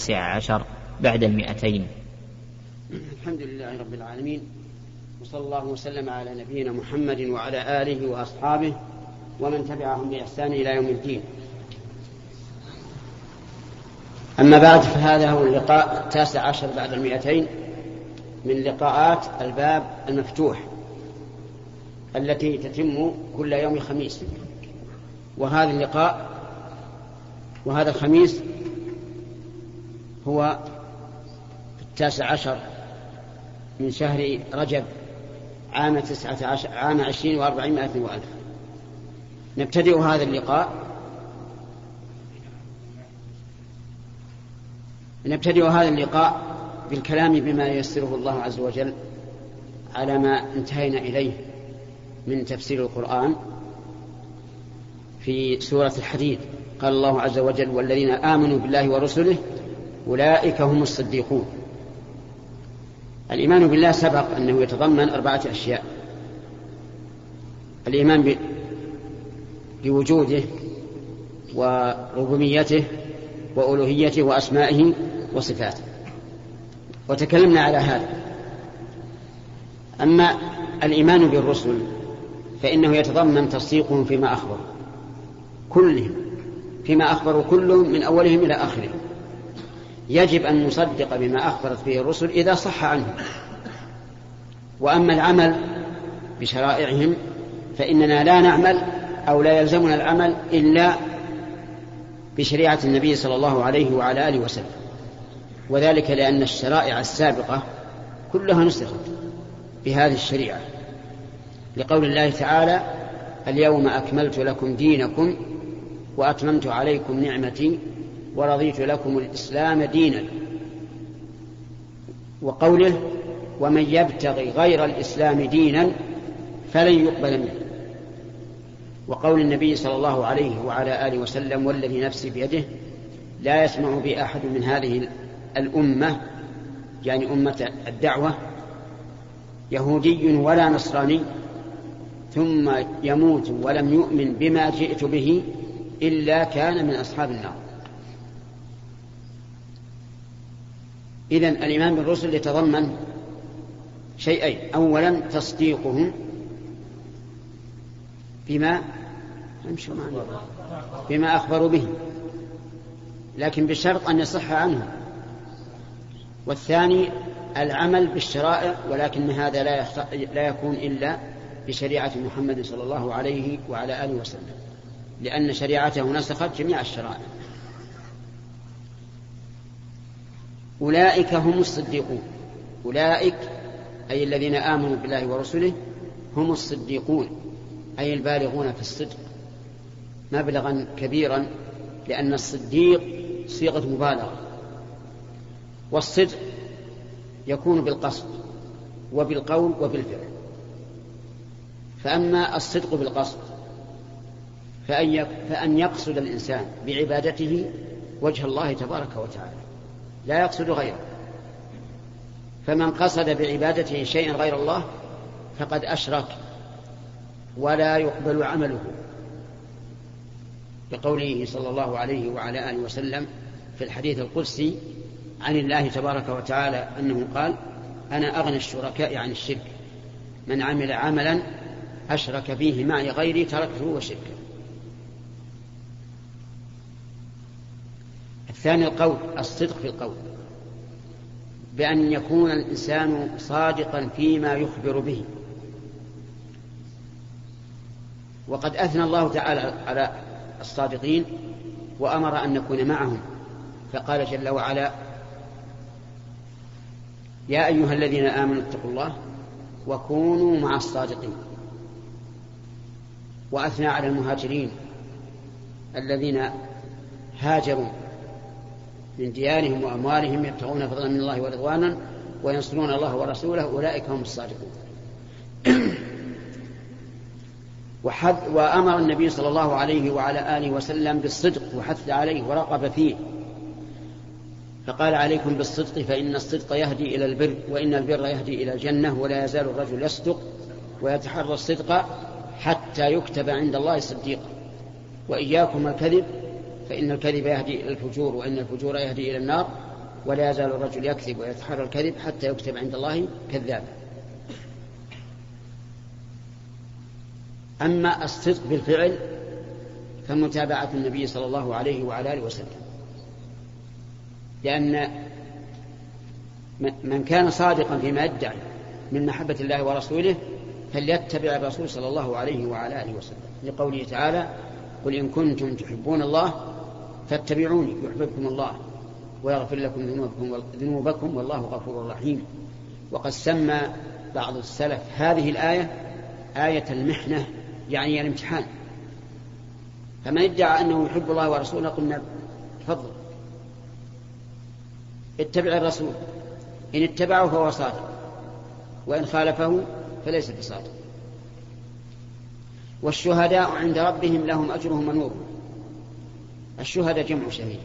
19 بعد 200. الحمد لله رب العالمين، وصلى الله وسلم على نبينا محمد وعلى آله وأصحابه ومن تبعهم بإحسان إلى يوم الدين. أما بعد، فهذا هو اللقاء 19 بعد 200 من لقاءات الباب المفتوح التي تتم كل يوم خميس. وهذا اللقاء وهذا الخميس هو 19 من شهر رجب عام 19 عام 20 و400 وألف. نبتدئ هذا اللقاء بالكلام بما ييسره الله عز وجل على ما انتهينا إليه من تفسير القرآن في سورة الحديد. قال الله عز وجل: والذين آمنوا بالله ورسله أولئك هم الصديقون. الإيمان بالله سبق أنه يتضمن 4 أشياء: الإيمان بوجوده وربوبيته وألوهيته وأسمائه وصفاته، وتكلمنا على هذا. أما الإيمان بالرسل فإنه يتضمن تصديقهم فيما أخبروا كلهم، فيما أخبروا كلهم من أولهم إلى آخرهم. يجب أن نصدق بما أخبرت به الرسل إذا صح عنهم. وأما العمل بشرائعهم فإننا لا نعمل أو لا يلزمنا العمل إلا بشريعة النبي صلى الله عليه وعلى آله وسلم، وذلك لأن الشرائع السابقة كلها نسخت بهذه الشريعة، لقول الله تعالى: اليوم أكملت لكم دينكم وأتممت عليكم نعمتي ورضيت لكم الإسلام دينا، وقوله: ومن يبتغي غير الإسلام دينا فلن يقبل منه، وقول النبي صلى الله عليه وعلى آله وسلم: والذي نفسي بيده لا يسمع بي أحد من هذه الأمة، يعني أمة الدعوة، يهودي ولا نصراني ثم يموت ولم يؤمن بما جئت به إلا كان من أصحاب النار. إذن الإيمان بالرسل يتضمن شيئين: أولا تصديقهم بما أخبروا به، لكن بشرط أن يصح عنهم. والثاني العمل بالشرائع، ولكن هذا لا يكون إلا بشريعة محمد صلى الله عليه وعلى آله وسلم، لأن شريعته نسخت جميع الشرائع. أولئك هم الصديقون. أولئك أي الذين آمنوا بالله ورسله هم الصديقون، أي البالغون في الصدق مبلغا كبيرا، لأن الصديق صيغة مبالغة، والصدق يكون بالقصد وبالقول وبالفعل. فأما الصدق بالقصد فأن يقصد الإنسان بعبادته وجه الله تبارك وتعالى، لا يقصد غيره. فمن قصد بعبادته شيئا غير الله فقد أشرك ولا يقبل عمله، بقوله صلى الله عليه وعلى آله وسلم في الحديث القدسي عن الله تبارك وتعالى أنه قال: أنا أغنى الشركاء عن الشرك، من عمل عملا أشرك فيه معي غيري تركته وشركه. الثاني القول، الصدق في القول، بأن يكون الإنسان صادقا فيما يخبر به. وقد أثنى الله تعالى على الصادقين وأمر أن نكون معهم، فقال جل وعلا: يا أيها الذين آمنوا اتقوا الله وكونوا مع الصادقين. وأثنى على المهاجرين الذين هاجروا من ديارهم وأموالهم يبتغون فضلا من الله ورضوانا وينصرون الله ورسوله أولئك هم الصادقون. وأمر النبي صلى الله عليه وعلى آله وسلم بالصدق وحث عليه ورغب فيه، فقال: عليكم بالصدق فإن الصدق يهدي إلى البر، وإن البر يهدي إلى الجنة، ولا يزال الرجل يصدق ويتحرى الصدق حتى يكتب عند الله صديقا، وإياكم الكذب فإن الكذب يهدي إلى الفجور، وإن الفجور يهدي إلى النار، ولا يزال الرجل يكذب ويتحرى الكذب حتى يكتب عند الله كذابا. أما الصدق بالفعل فمتابعة النبي صلى الله عليه وعلى آله وسلم، لأن من كان صادقا فيما يدعي من محبة الله ورسوله فليتبع الرسول صلى الله عليه وعلى آله وسلم، لقوله تعالى: قل إن كنتم تحبون الله فاتبعوني يحببكم الله ويغفر لكم ذنوبكم والله غفور رحيم. وقد سمى بعض السلف هذه الآية آية المحنة، يعني الامتحان. فمن ادعى أنه يحب الله ورسوله قلنا تفضل اتبع الرسول، إن اتبعه فهو صادق، وإن خالفه فليس بصادق. والشهداء عند ربهم لهم أجرهم ونورهم. الشهداء جمع شهيد،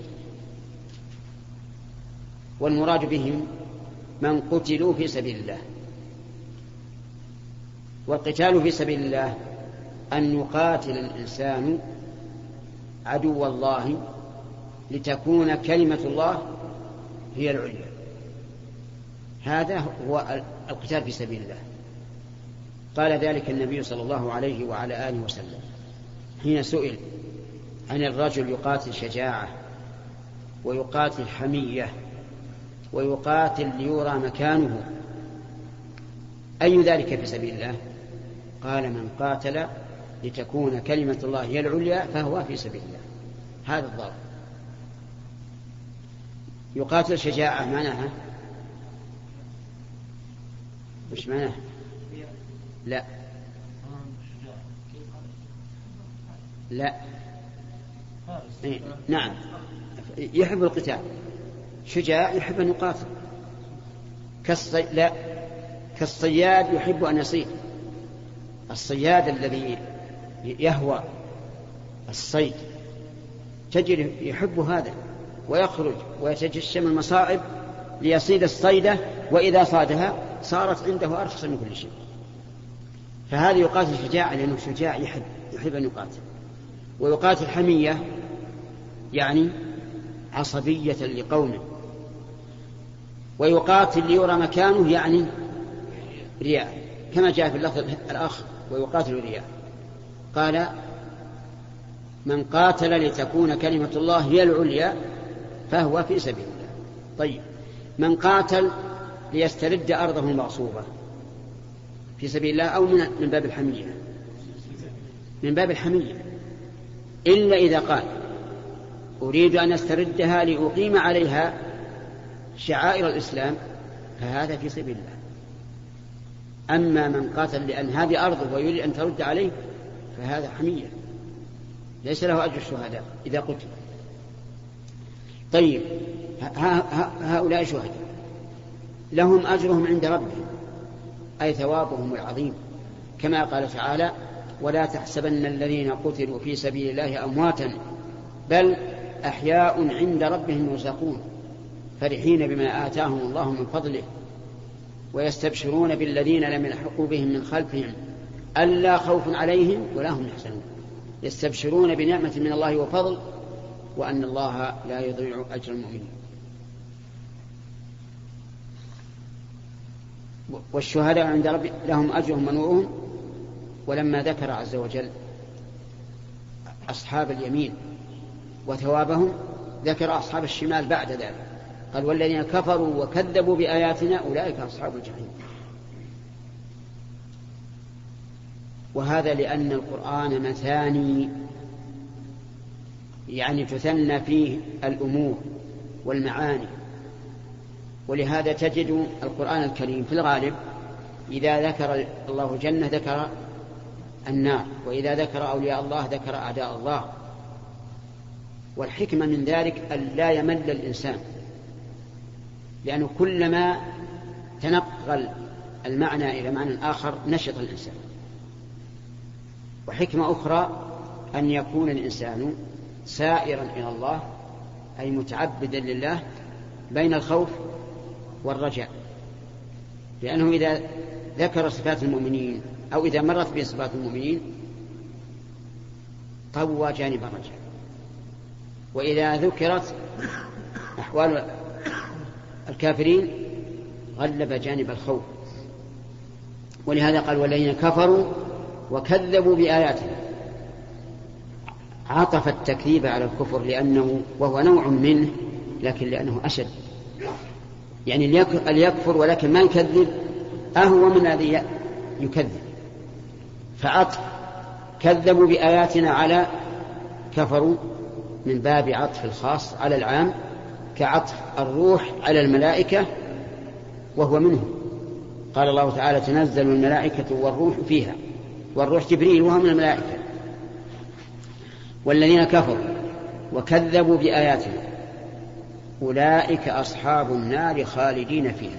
والمراد بهم من قتلوا في سبيل الله. والقتال في سبيل الله أن يقاتل الإنسان عدو الله لتكون كلمة الله هي العليا. هذا هو القتال في سبيل الله. قال ذلك النبي صلى الله عليه وعلى آله وسلم حين سئل عن الرجل يقاتل شجاعة ويقاتل حمية ويقاتل ليرى مكانه، أي ذلك في سبيل الله؟ قال: من قاتل لتكون كلمة الله هي العليا فهو في سبيل الله. هذا الضرب. يقاتل شجاعة معناها مش معناها لا لا نعم، يحب القتال، شجاع يحب أن يقاتل، لا، كالصياد يحب أن يصيد. الصياد الذي يهوى الصيد تجد يحب هذا ويخرج ويتجشم المصائب ليصيد الصيدة، وإذا صادها صارت عنده أرخص من كل شيء. فهذا يقاتل شجاعة لأنه شجاع يحب أن يقاتل. ويقاتل حمية يعني عصبية لقومه. ويقاتل ليرى مكانه يعني رياء، كما جاء في اللفظ الآخر: ويقاتل رياء. قال: من قاتل لتكون كلمة الله هي العليا فهو في سبيل الله. طيب، من قاتل ليسترد أرضه المغصوبة في سبيل الله أو من باب الحمية؟ من باب الحمية، إلا إذا قال: أريد أن أستردها لأقيم عليها شعائر الإسلام، فهذا في سبيل الله. أما من قاتل لأن هذه أرضه ويريد أن ترد عليه فهذا حمية، ليس له أجر الشهداء إذا قتل. طيب، هؤلاء شهداء لهم أجرهم عند ربهم، أي ثوابهم العظيم، كما قال تعالى: ولا تحسبن الذين قتلوا في سبيل الله أمواتا بل أحياء عند ربهم يرزقون فرحين بما آتاهم الله من فضله ويستبشرون بالذين لم يلحقوا بهم من خلفهم ألا خوف عليهم ولا هم يحزنون. يستبشرون بنعمة من الله وفضل وأن الله لا يضيع أجر المؤمنين. والشهداء عند ربهم لهم أجرهم ونورهم. ولما ذكر عز وجل أصحاب اليمين وثوابهم ذكر أصحاب الشمال بعد ذلك، قال: والذين كفروا وكذبوا بآياتنا أولئك أصحاب الجحيم. وهذا لأن القرآن مثاني، يعني تثنى فيه الأمور والمعاني. ولهذا تجد القرآن الكريم في الغالب إذا ذكر الله الجنة ذكر النار، وإذا ذكر أولياء الله ذكر أعداء الله. والحكمة من ذلك أن لا يمل الإنسان، لأنه كلما تنقل المعنى إلى معنى آخر نشط الإنسان. وحكمة أخرى أن يكون الإنسان سائرا إلى الله، أي متعبدا لله بين الخوف والرجاء، لأنه إذا ذكر صفات المؤمنين أو إذا مرت بصفات المؤمنين قوى جانب الرجاء، وإذا ذكرت أحوال الكافرين غلب جانب الخوف، ولهذا قال والذين كفروا وكذبوا بآياتنا، عطف التكذيب على الكفر لأنه وهو نوع منه لكن لأنه أشد، يعني ليكفر ولكن ما يكذب أهو من الذي يكذب، فعطف كذبوا بآياتنا على كفروا من باب عطف الخاص على العام، كعطف الروح على الملائكة وهو منه. قال الله تعالى تنزل الملائكة والروح فيها، والروح جبريل وهو من الملائكة. والذين كفروا وكذبوا بآياتنا أولئك أصحاب النار خالدين فيها.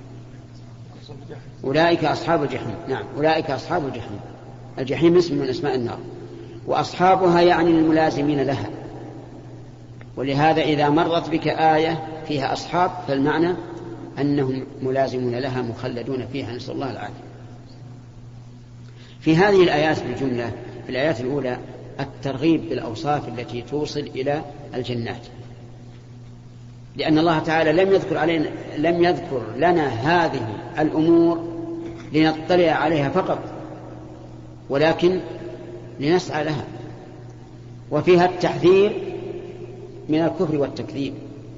أولئك أصحاب الجحيم. نعم، أولئك أصحاب الجحيم. الجحيم اسم من أسماء النار، وأصحابها يعني الملازمين لها. ولهذا إذا مرت بك آية فيها أصحاب فالمعنى أنهم ملازمون لها مخلدون فيها، نسأل الله العافية. في هذه الآيات بالجملة، في الآيات الأولى الترغيب بالأوصاف التي توصل إلى الجنات، لأن الله تعالى لم يذكر لنا هذه الأمور لنطلع عليها فقط، ولكن لنسعى لها. وفيها التحذير من الكفر والتكذيب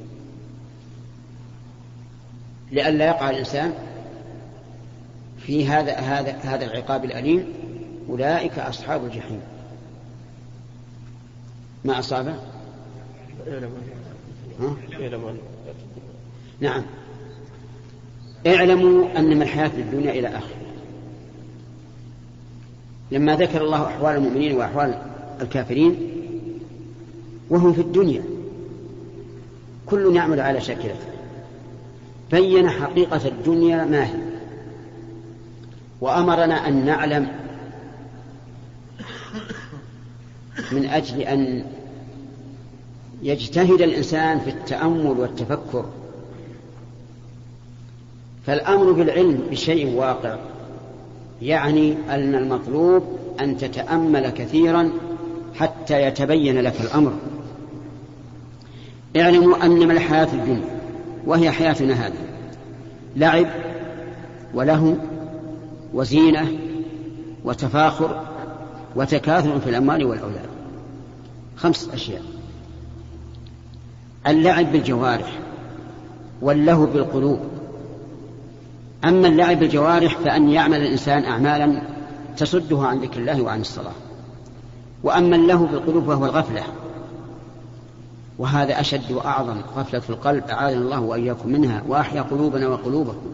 لئلا يقع الإنسان في هذا العقاب الأليم. أولئك أصحاب الجحيم. ما أصابه؟ نعم، اعلموا أنما الحياة الدنيا إلى آخر. لما ذكر الله أحوال المؤمنين وأحوال الكافرين وهم في الدنيا كل يعمل على شاكلته، بين حقيقة الدنيا ما هي، وأمرنا أن نعلم من أجل أن يجتهد الإنسان في التأمل والتفكر. فالأمر بالعلم بشيء واقع يعني أن المطلوب أن تتأمل كثيرا حتى يتبين لك الأمر. اعلموا أنما الحياة الدنيا وهي حياتنا هذه لعب وله وزينة وتفاخر وتكاثر في الأموال والأولاد. 5 أشياء: اللعب بالجوارح واللهو بالقلوب. أما اللعب بالجوارح فأن يعمل الإنسان أعمالا تصده عن ذكر الله وعن الصلاة. وأما اللهو بالقلوب وهو الغفلة، وهذا أشد وأعظم، غفلة في القلب، أعاذنا الله وإياكم منها وأحيا قلوبنا وقلوبكم.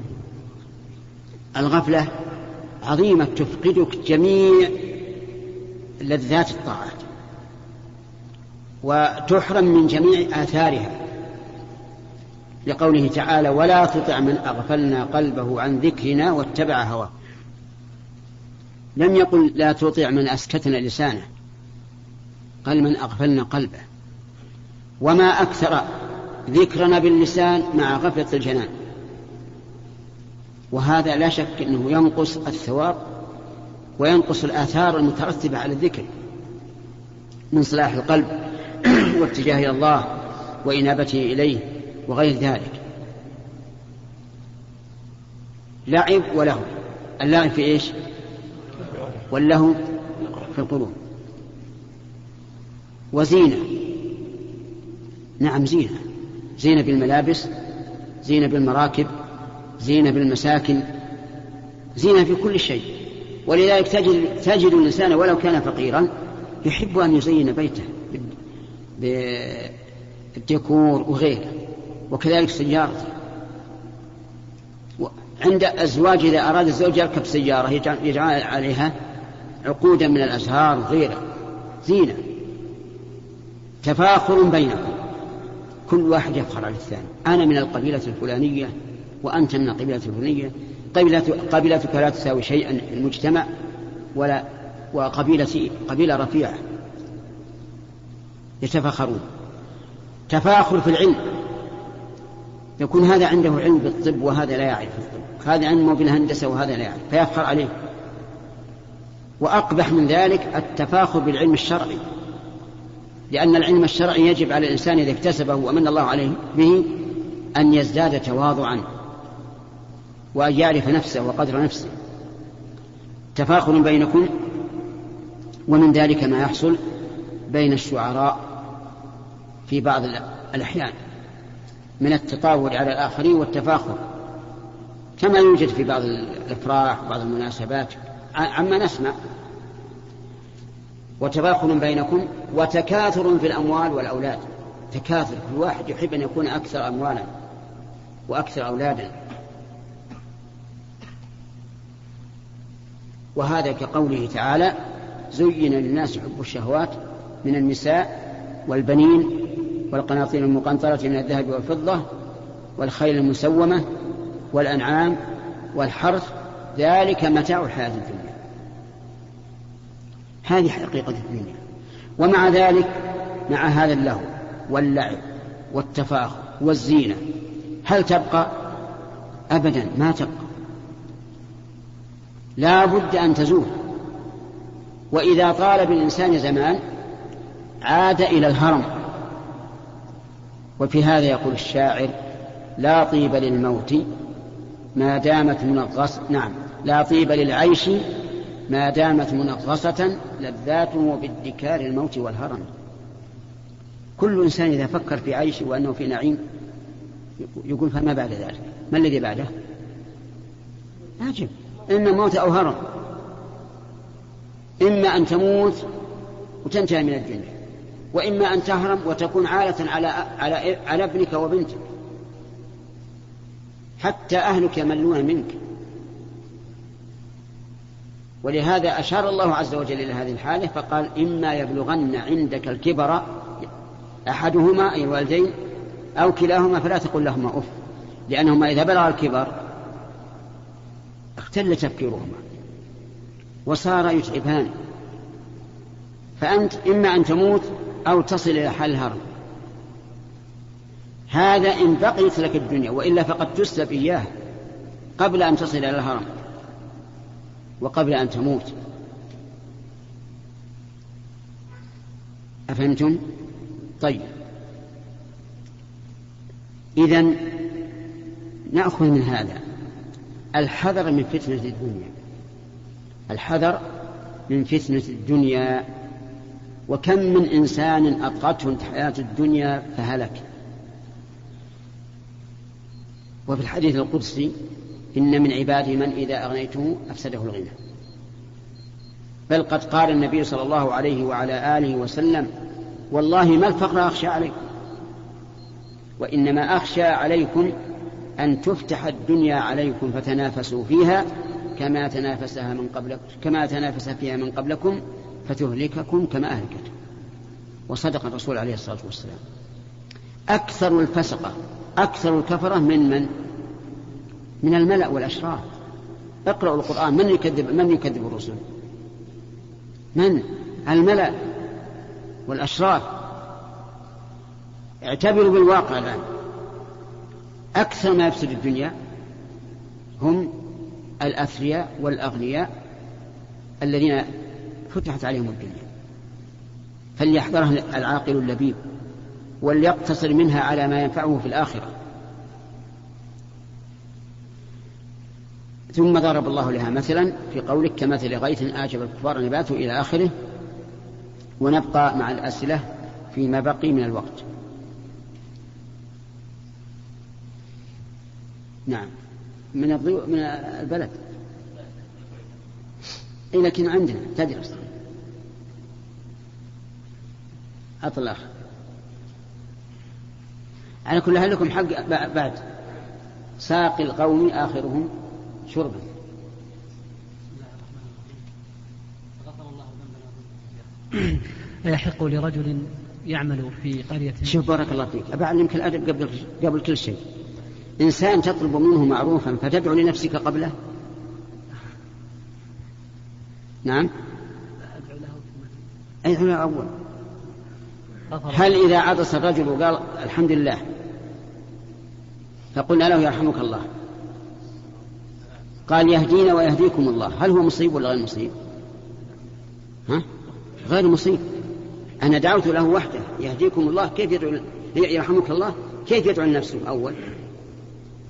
الغفلة عظيمة تفقدك جميع لذات الطاعات وتحرم من جميع آثارها، لقوله تعالى ولا تطع من أغفلنا قلبه عن ذكرنا واتبع هواه. لم يقل لا تطع من أسكتنا لسانه، قال من أغفلنا قلبه. وما أكثر ذكرنا باللسان مع غفلة الجنان، وهذا لا شك أنه ينقص الثواب وينقص الآثار المترتبة على الذكر من صلاح القلب واتجاه إلى الله وإنابته إليه وغير ذلك. لعب وله. اللعب في إيش؟ واللهو في القلوب. وزينة. نعم، زينة بالملابس، زينة بالمراكب، زينة بالمساكن، زينة في كل شيء. ولذلك تجد الإنسان ولو كان فقيرا يحب أن يزين بيته بالديكور وغيره، وكذلك سيارته. عند الزواج إذا أراد الزوج يركب سيارة يجعل عليها عقودا من الأزهار وغيره، زينة. تفاخر بينكم، كل واحد يفخر على الثاني، أنا من القبيلة الفلانية وأنت من القبيلة الفلانية. قبيلتك لا تساوي شيئا في المجتمع، قبيلة رفيعة، يتفاخرون. تفاخر في العلم، يكون هذا عنده علم بالطب وهذا لا يعرف الطب، هذا علمه بالهندسة وهذا لا يعرف، فيفخر عليه. وأقبح من ذلك التفاخر بالعلم الشرعي، لأن العلم الشرعي يجب على الإنسان إذا اكتسبه ومن الله عليه به أن يزداد تواضعا وأن يعرف نفسه وقدر نفسه. تفاخر بينكم، ومن ذلك ما يحصل بين الشعراء في بعض الأحيان من التطاول على الآخرين والتفاخر، كما يوجد في بعض الأفراح وبعض المناسبات عما نسمع. وتفاخر بينكم وتكاثر في الأموال والأولاد، تكاثر، كل واحد يحب أن يكون أكثر أموالا وأكثر أولادا. وهذا كقوله تعالى: زين للناس حب الشهوات من النساء والبنين والقناطير المقنطرة من الذهب والفضة والخيل المسومة والأنعام والحرث ذلك متاع الحياة الدنيا. هذه حقيقة الدنيا. ومع ذلك، مع هذا اللهو واللعب والتفاخر والزينة، هل تبقى؟ أبدا ما تبقى، لا بد أن تزول. وإذا طال بالإنسان زمان عاد إلى الهرم. وفي هذا يقول الشاعر: لا طيب للموت ما دامت لا طيب للعيش ما دامت منغصة لذاته بادكار الموت والهرم. كل إنسان إذا فكر في عيش وأنه في نعيم يقول: فما بعد ذلك؟ ما الذي بعده؟ عجب، إما موت أو هرم. إما أن تموت وتنتهي من الدنيا، وإما أن تهرم وتكون عالة على ابنك وبنتك، حتى أهلك يملون منك. ولهذا أشار الله عز وجل إلى هذه الحالة فقال: إما يبلغن عندك الكبر أحدهما أي الوالدين أو كلاهما فلا تقل لهما أف، لأنهما إذا بلغ الكبر اختل تفكيرهما وصار يتعبان. فأنت إما أن تموت أو تصل إلى حال الهرم. هذا إن بقيت لك الدنيا، وإلا فقد تسلب إياه قبل أن تصل إلى الهرم وقبل أن تموت. أفهمتم؟ طيب، إذن نأخذ من هذا الحذر من فتنة الدنيا، الحذر من فتنة الدنيا. وكم من إنسان أطغته حياة الدنيا فهلك. وفي الحديث القدسي: إن من عبادي من إذا أغنيته أفسده الغنى. بل قد قال النبي صلى الله عليه وعلى آله وسلم: والله ما الفقر أخشى عليكم، وإنما أخشى عليكم أن تفتح الدنيا عليكم فتنافسوا فيها كما تنافس فيها من قبلكم فتهلككم كما أهلكتهم. وصدق الرسول عليه الصلاة والسلام. أكثر الفسقة أكثر الكفرة من الملأ والأشراف. اقرأوا القرآن، من يكذب الرسل؟ من؟ الملأ والأشراف. اعتبروا بالواقع الآن. أكثر ما يفسد الدنيا هم الأثرياء والأغنياء الذين فتحت عليهم الدنيا. فليحذرها العاقل اللبيب وليقتصر منها على ما ينفعه في الآخرة. ثم ضرب الله لها مثلا في قولك: كمثل غيث أعجب الكفار نباته إلى آخره. ونبقى مع الأسئلة فيما بقي من الوقت. نعم، من البلد. لكن عندنا تدرس. أطلق على كل هل لكم حق بعد ساقي القوم آخرهم شربا. يحق لرجل يعمل في قرية. شوف بارك الله فيك، أبعلمك الأدب قبل كل شيء. إنسان تطلب منه معروفا فتدعو لنفسك قبله. نعم، أدعو له أول. هل إذا عطس الرجل وقال الحمد لله فقلنا له يرحمك الله، قال يهدينا ويهديكم الله، هل هو مصيب ولا غير مصيب؟ غير مصيب. أنا دعوت له وحده يهديكم الله، كيف يدعو يرحمك الله؟ كيف يدعو لنفسه أول؟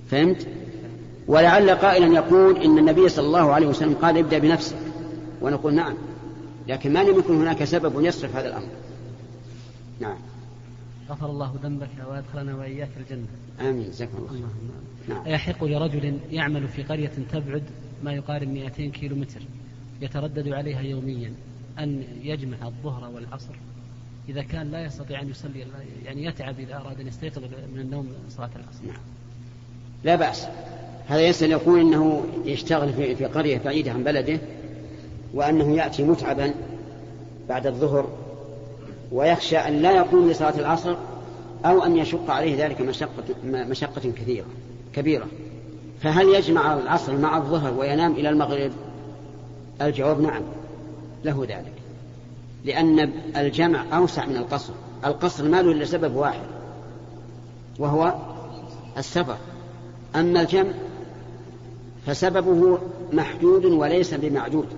فهمت؟ ولعل قائلا يقول إن النبي صلى الله عليه وسلم قال ابدأ بنفسك، ونقول نعم، لكن ما لم يكن هناك سبب يصرف هذا الأمر. نعم. غفر الله ذنبك وأدخلنا وإياك الجنة. آمين. جزاكم الله. نعم. يحق لرجل يعمل في قرية تبعد ما يقارب 200 كيلومتر يتردد عليها يوميا أن يجمع الظهر والعصر إذا كان لا يستطيع أن يصلي، يعني يتعب إذا أراد أن يستيقظ من النوم صلاة العصر؟ نعم. لا بأس. هذا يسأل يقول إنه يشتغل في قرية بعيدة عن بلده، وأنه يأتي متعبا بعد الظهر، ويخشى أن لا يقوم لصلاة العصر أو أن يشق عليه ذلك مشقة كبيرة، فهل يجمع العصر مع الظهر وينام إلى المغرب؟ الجواب نعم، له ذلك، لأن الجمع أوسع من القصر. القصر ما له إلا سبب واحد وهو السفر، أما الجمع فسببه محدود وليس بمعدود،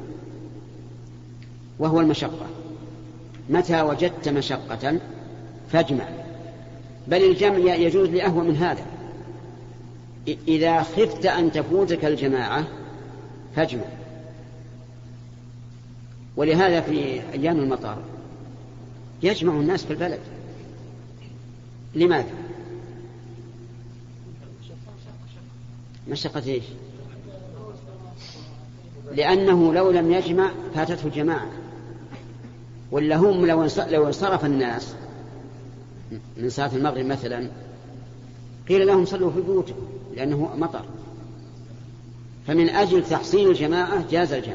وهو المشقة. متى وجدت مشقة فاجمع، بل الجمع يجوز لأهوى من هذا. إذا خفت أن تفوتك الجماعة فاجمع. ولهذا في أيام المطر يجمع الناس في البلد. لماذا؟ مشقة إيش؟ لأنه لو لم يجمع فاتته الجماعة، ولا هم لو انصرف الناس من صلاة المغرب مثلا قيل لهم صلوا في بيوتهم لأنه مطر، فمن أجل تحصيل الجماعة جاز الجمع.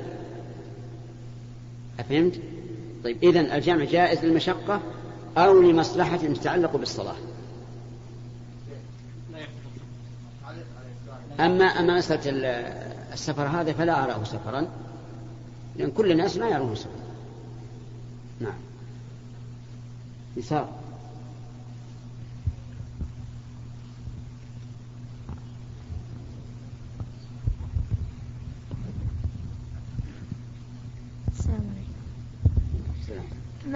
أفهمت؟ طيب، إذن الجمع جائز للمشقة أو لمصلحة تتعلق بالصلاة. أما مسألة السفر هذا فلا أراه سفرا، لأن كل الناس ما يرونه سفرا. نعم. يسار. السلام عليكم.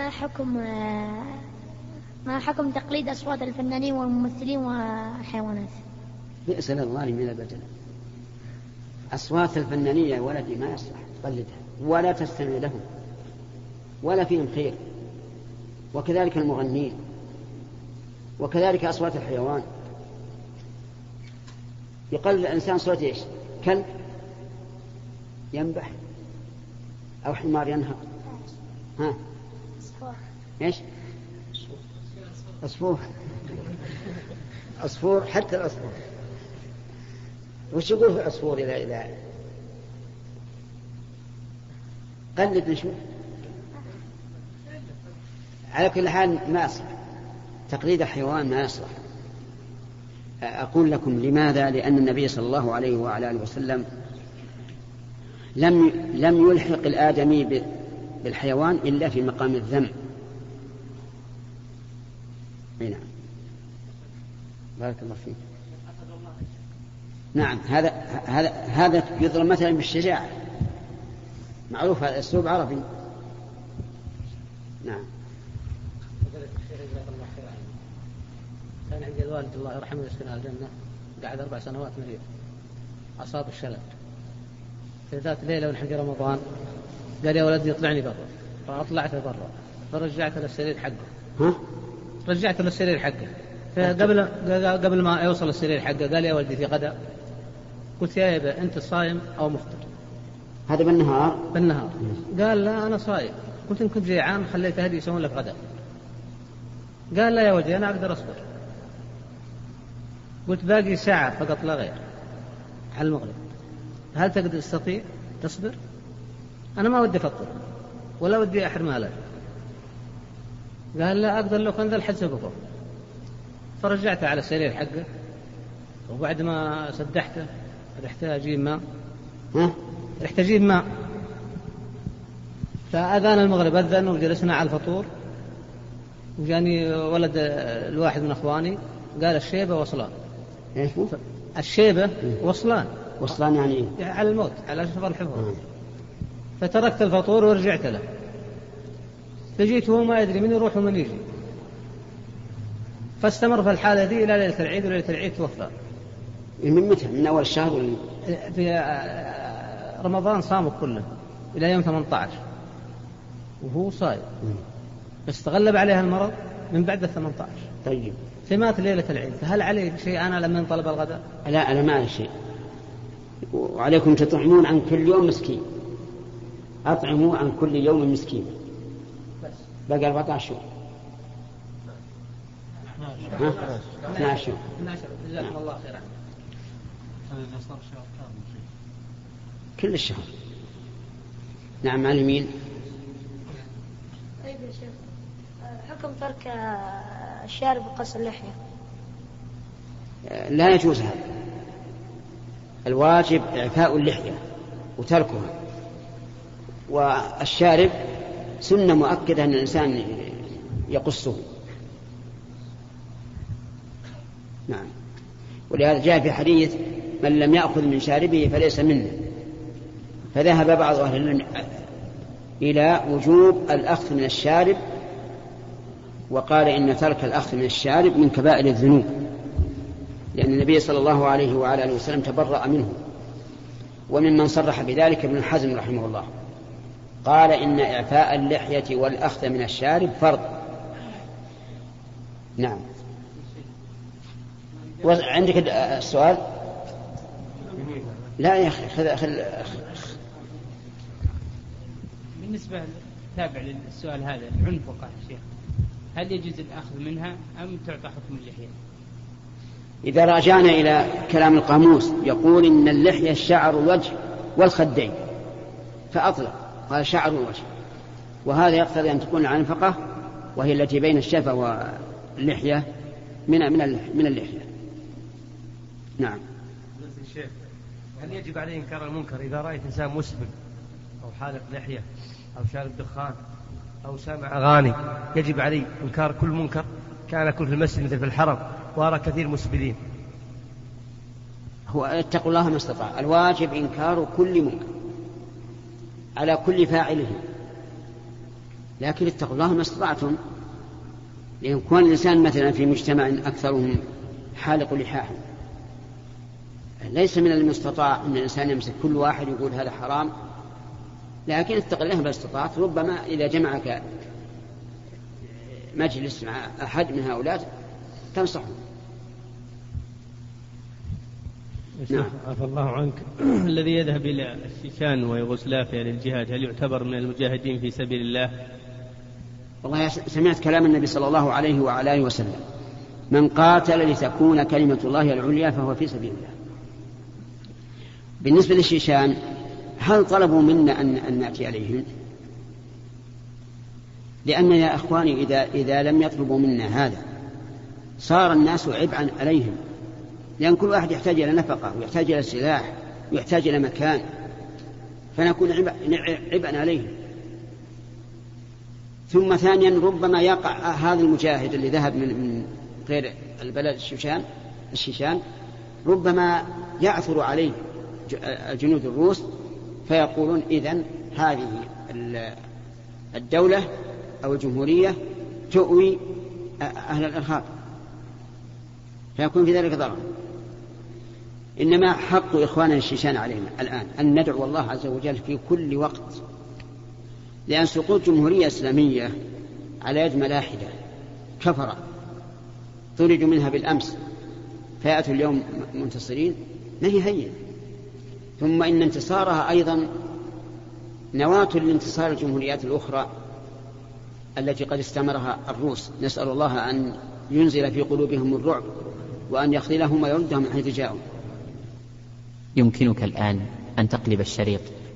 ما حكم تقليد أصوات الفنانين والممثلين والحيوانات؟ بئس للظالمين بدلا. أصوات الفنانين يا ولدي ما يصلح تقلدها ولا تستمع لهم ولا فيهم خير، وكذلك المغنين، وكذلك أصوات الحيوان. يقلد الإنسان صوت إيش؟ كلب ينبح أو حمار ينهق. ها؟ إيش؟ عصفور. عصفور، حتى العصفور. وش يقول في العصفور إذا قلد نشوف؟ على كل حال ما يصلح تقليد الحيوان، ما يصلح. أقول لكم لماذا؟ لأن النبي صلى الله عليه وعلى آله وسلم لم يلحق الآدمي بالحيوان إلا في مقام الذم. نعم. بارك الله فيك. نعم. هذا يضرب مثلا بالشجاعة، معروف هذا أسلوب عربي. نعم. كان عندي الوالد الله يرحمه يسكنها الجنة، قعد 4 سنوات مريض، أصاب الشلل. في ذات ليلة ونحن في رمضان قال يا ولدي اطلعني برا، فأطلعت برا فرجعت للسرير حقه. رجعت للسرير حقه، قبل ما يوصل السرير حقه قال يا ولدي في غداء. قلت يا أبا أنت صايم أو مفطر؟ هذا بالنهار. قال لا أنا صايم. قلت إن كنت جيعان خليت أهلي يسوون لك غداء. قال لا يا ولدي أنا أقدر أصبر. قلت باقي ساعة فقط لا غير على المغرب، هل تقدر تستطيع تصبر؟ أنا ما ودي أفطر ولا ودي أحرم مالك. قال لا أقدر لو كان ذا الحد سبقه. فرجعت على السرير حقه، وبعد ما سدحته رحت أجيب ماء فأذان المغرب أذن وجلسنا على الفطور، وجاني ولد الواحد من أخواني قال الشيبة وصلان. الشيبة وصلان يعني إيه؟ على الموت، على سفر الحفظ. فتركت الفطور ورجعت له، فجيت وهو ما يدري من يروح ومن يجي، فاستمر في الحالة دي إلى ليلة العيد، وليلة العيد توفى. من متى؟ من أول الشهر في رمضان صاموا كله إلى يوم 18 وهو صايم، بس تغلب عليها المرض من بعد 18. طيب مات ليلة العيد، فهل عليه شيء أنا لما طلب الغداء؟ لا أنا ما علي شيء. وعليكم تطعمون عن كل يوم مسكين، أطعموا عن كل يوم مسكين. بقى 14 يوم. 12 يوم. جزاكم الله خيرا. كل الشهر. نعم على اليمين. طيب يا شيخ، حكم ترك الشارب وقص اللحية؟ لا يجوز هذا. الواجب إعفاء اللحية وتركها، والشارب سنة مؤكدة أن الإنسان يقصه. نعم. ولهذا جاء في حديث من لم يأخذ من شاربه فليس منه. فذهب بعض أهل العلم إلى وجوب الأخذ من الشارب، وقال إن ترك الأخذ من الشارب من كبائر الذنوب، لأن النبي صلى الله عليه وعلى آله وسلم تبرأ منه. وممن صرح بذلك ابن حزم رحمه الله، قال إن إعفاء اللحية والأخذ من الشارب فرض. نعم. عندك السؤال؟ لا يا أخي بالنسبة تابع للسؤال هذا، العنفقة شيخ، هل يجوز الأخذ منها أم تعطى حكم اللحية؟ إذا راجعنا إلى كلام القاموس يقول إن اللحية شعر الوجه والخدين، فأطلق قال شعر الوجه، وهذا يقتضي أن تكون العنفقة وهي التي بين الشفة واللحية من اللحية. نعم. الشيخ، هل يجب عليه إنكار المنكر إذا رأيت إنسان مسبل أو حالق لحية أو شارب دخان أو سامع أغاني، يجب عليه إنكار كل منكر؟ كان أكون في المسجد مثل في الحرم وأرى كثير مسبلين. هو اتقوا الله ما استطاع، الواجب إنكار كل منكر على كل فاعله، لكن اتقوا الله ما استطعتم. لأن كون الإنسان مثلا في مجتمع أكثرهم حالق لحاهم، ليس من المستطاع أن الإنسان يمسك كل واحد يقول هذا حرام، لكن اتق الله ما استطعت. ربما إذا جمعك مجلس مع أحد من هؤلاء تنصحه. نعم. عفى الله عنك. الذي يذهب إلى الشيشان ويغسلافيا للجهاد هل يعتبر من المجاهدين في سبيل الله؟ والله سمعت كلام النبي صلى الله عليه وعلى آله وسلم: من قاتل لتكون كلمة الله العليا فهو في سبيل الله. بالنسبة للشيشان، هل طلبوا منا أن نأتي عليهم؟ لأن يا أخواني إذا لم يطلبوا منا هذا صار الناس عبئا عليهم، لأن كل واحد يحتاج إلى نفقة ويحتاج إلى سلاح ويحتاج إلى مكان، فنكون عبئا عليهم. ثم ثانيا ربما يقع هذا المجاهد اللي ذهب من غير البلد الشيشان ربما يعثر عليه الجنود الروس، فيقولون إذن هذه الدولة أو الجمهورية تؤوي أهل الإرهاب، فيكون في ذلك ضرر. إنما حق إخواننا الشيشان علينا الآن أن ندعو الله عز وجل في كل وقت، لأن سقوط جمهورية إسلامية على يد ملاحدة كفر طردوا منها بالأمس فيأتوا اليوم منتصرين، ما هي هين. ثم إن انتصارها أيضا نواة لانتصار الجمهوريات الأخرى التي قد استمرها الروس. نسأل الله أن ينزل في قلوبهم الرعب وأن يخذلهم ويردهم من حيث جاءوا. يمكنك الآن أن تقلب الشريط